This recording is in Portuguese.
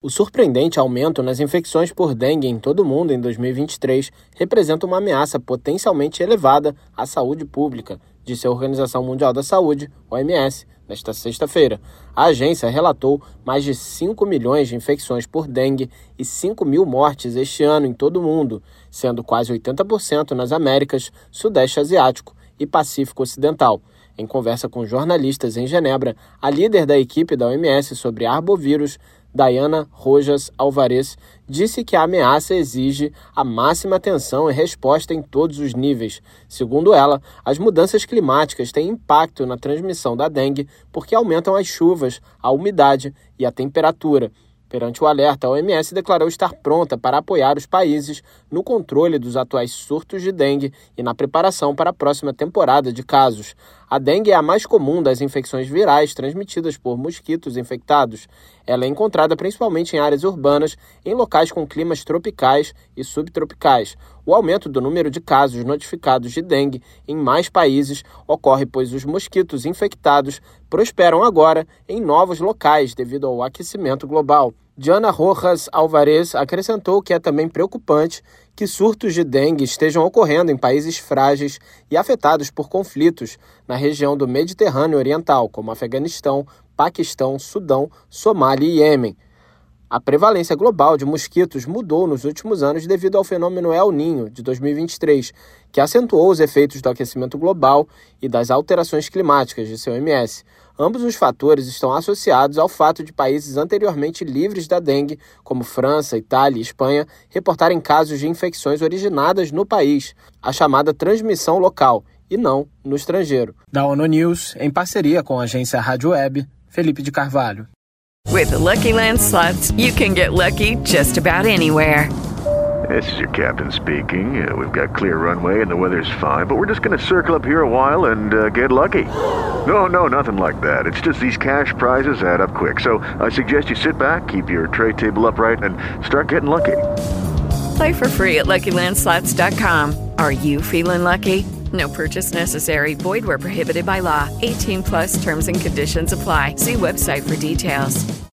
O surpreendente aumento nas infecções por dengue em todo o mundo em 2023 representa uma ameaça potencialmente elevada à saúde pública, disse a Organização Mundial da Saúde, OMS, nesta sexta-feira. A agência relatou mais de 5 milhões de infecções por dengue e 5 mil mortes este ano em todo o mundo, sendo quase 80% nas Américas, Sudeste Asiático e Pacífico Ocidental. Em conversa com jornalistas em Genebra, a líder da equipe da OMS sobre arbovírus, Diana Rojas Alvarez, disse que a ameaça exige a máxima atenção e resposta em todos os níveis. Segundo ela, as mudanças climáticas têm impacto na transmissão da dengue porque aumentam as chuvas, a umidade e a temperatura. Perante o alerta, a OMS declarou estar pronta para apoiar os países no controle dos atuais surtos de dengue e na preparação para a próxima temporada de casos. A dengue é a mais comum das infecções virais transmitidas por mosquitos infectados. Ela é encontrada principalmente em áreas urbanas, em locais com climas tropicais e subtropicais. O aumento do número de casos notificados de dengue em mais países ocorre pois os mosquitos infectados prosperam agora em novos locais devido ao aquecimento global. Diana Rojas Alvarez acrescentou que é também preocupante que surtos de dengue estejam ocorrendo em países frágeis e afetados por conflitos na região do Mediterrâneo Oriental, como Afeganistão, Paquistão, Sudão, Somália e Iêmen. A prevalência global de mosquitos mudou nos últimos anos devido ao fenômeno El Niño de 2023, que acentuou os efeitos do aquecimento global e das alterações climáticas, disse a OMS. Ambos os fatores estão associados ao fato de países anteriormente livres da dengue, como França, Itália e Espanha, reportarem casos de infecções originadas no país, a chamada transmissão local, e não no estrangeiro. Da ONU News, em parceria com a agência Rádio Web, Felipe de Carvalho. With the Lucky Land Slots, you can get lucky just about anywhere. This is your captain speaking. We've got clear runway and the weather's fine, but we're just going to circle up here a while and get lucky. No, nothing like that. It's just these cash prizes add up quick. So I suggest you sit back, keep your tray table upright, and start getting lucky. Play for free at LuckyLandSlots.com. Are you feeling lucky? No purchase necessary. Void where prohibited by law. 18+ terms and conditions apply. See website for details.